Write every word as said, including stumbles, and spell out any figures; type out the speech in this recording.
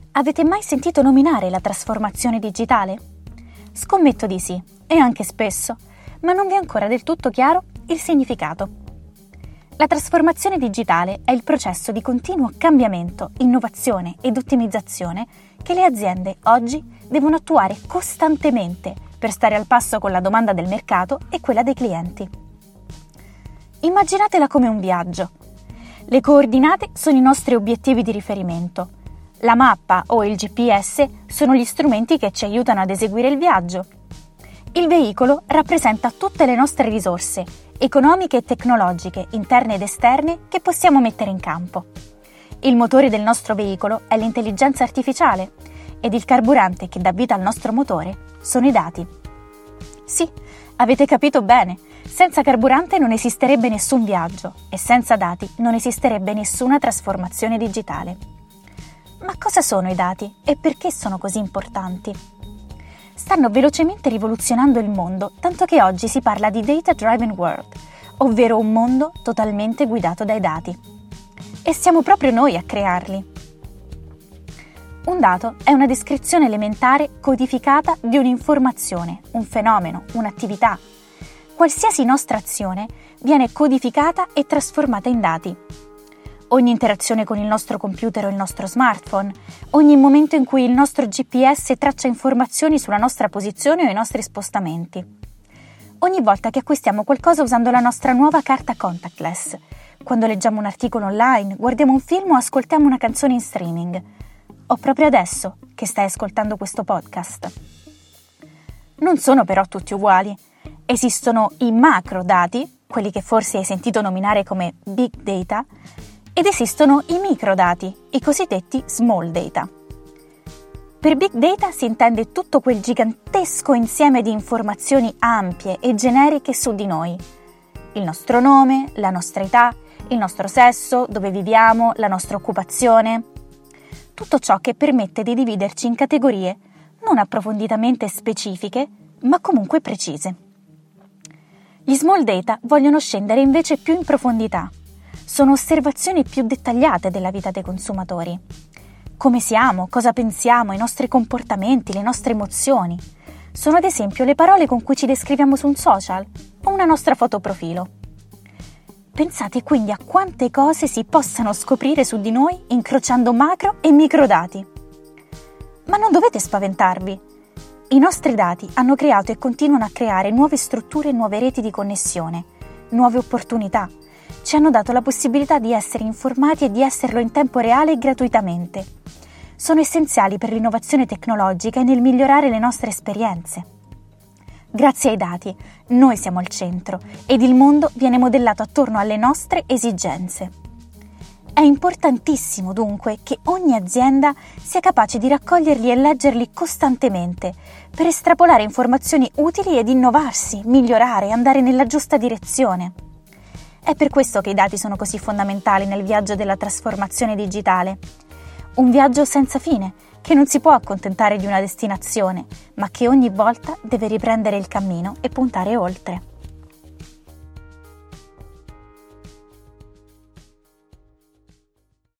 Avete mai sentito nominare la trasformazione digitale? Scommetto di sì, e anche spesso, ma non vi è ancora del tutto chiaro il significato. La trasformazione digitale è il processo di continuo cambiamento, innovazione ed ottimizzazione che le aziende oggi devono attuare costantemente per stare al passo con la domanda del mercato e quella dei clienti. Immaginatela come un viaggio. Le coordinate sono i nostri obiettivi di riferimento. La mappa o il G P S sono gli strumenti che ci aiutano ad eseguire il viaggio. Il veicolo rappresenta tutte le nostre risorse, economiche e tecnologiche, interne ed esterne, che possiamo mettere in campo. Il motore del nostro veicolo è l'intelligenza artificiale ed il carburante che dà vita al nostro motore sono i dati. Sì, avete capito bene, senza carburante non esisterebbe nessun viaggio e senza dati non esisterebbe nessuna trasformazione digitale. Ma cosa sono i dati e perché sono così importanti? Stanno velocemente rivoluzionando il mondo, tanto che oggi si parla di data-driven world, ovvero un mondo totalmente guidato dai dati. E siamo proprio noi a crearli. Un dato è una descrizione elementare codificata di un'informazione, un fenomeno, un'attività. Qualsiasi nostra azione viene codificata e trasformata in dati. Ogni interazione con il nostro computer o il nostro smartphone, ogni momento in cui il nostro G P S traccia informazioni sulla nostra posizione o i nostri spostamenti. Ogni volta che acquistiamo qualcosa usando la nostra nuova carta contactless, quando leggiamo un articolo online, guardiamo un film o ascoltiamo una canzone in streaming, o proprio adesso che stai ascoltando questo podcast. Non sono però tutti uguali. Esistono i macro dati, quelli che forse hai sentito nominare come big data, ed esistono i microdati, i cosiddetti small data. Per big data si intende tutto quel gigantesco insieme di informazioni ampie e generiche su di noi. Il nostro nome, la nostra età, il nostro sesso, dove viviamo, la nostra occupazione. Tutto ciò che permette di dividerci in categorie non approfonditamente specifiche, ma comunque precise. Gli small data vogliono scendere invece più in profondità. Sono osservazioni più dettagliate della vita dei consumatori. Come siamo, cosa pensiamo, i nostri comportamenti, le nostre emozioni. Sono ad esempio le parole con cui ci descriviamo su un social o una nostra foto profilo. Pensate quindi a quante cose si possano scoprire su di noi incrociando macro e microdati. Ma non dovete spaventarvi. I nostri dati hanno creato e continuano a creare nuove strutture e nuove reti di connessione, nuove opportunità. Ci hanno dato la possibilità di essere informati e di esserlo in tempo reale e gratuitamente. Sono essenziali per l'innovazione tecnologica e nel migliorare le nostre esperienze. Grazie ai dati, noi siamo al centro ed il mondo viene modellato attorno alle nostre esigenze. È importantissimo dunque che ogni azienda sia capace di raccoglierli e leggerli costantemente per estrapolare informazioni utili ed innovarsi, migliorare, andare nella giusta direzione. È per questo che i dati sono così fondamentali nel viaggio della trasformazione digitale. Un viaggio senza fine, che non si può accontentare di una destinazione, ma che ogni volta deve riprendere il cammino e puntare oltre.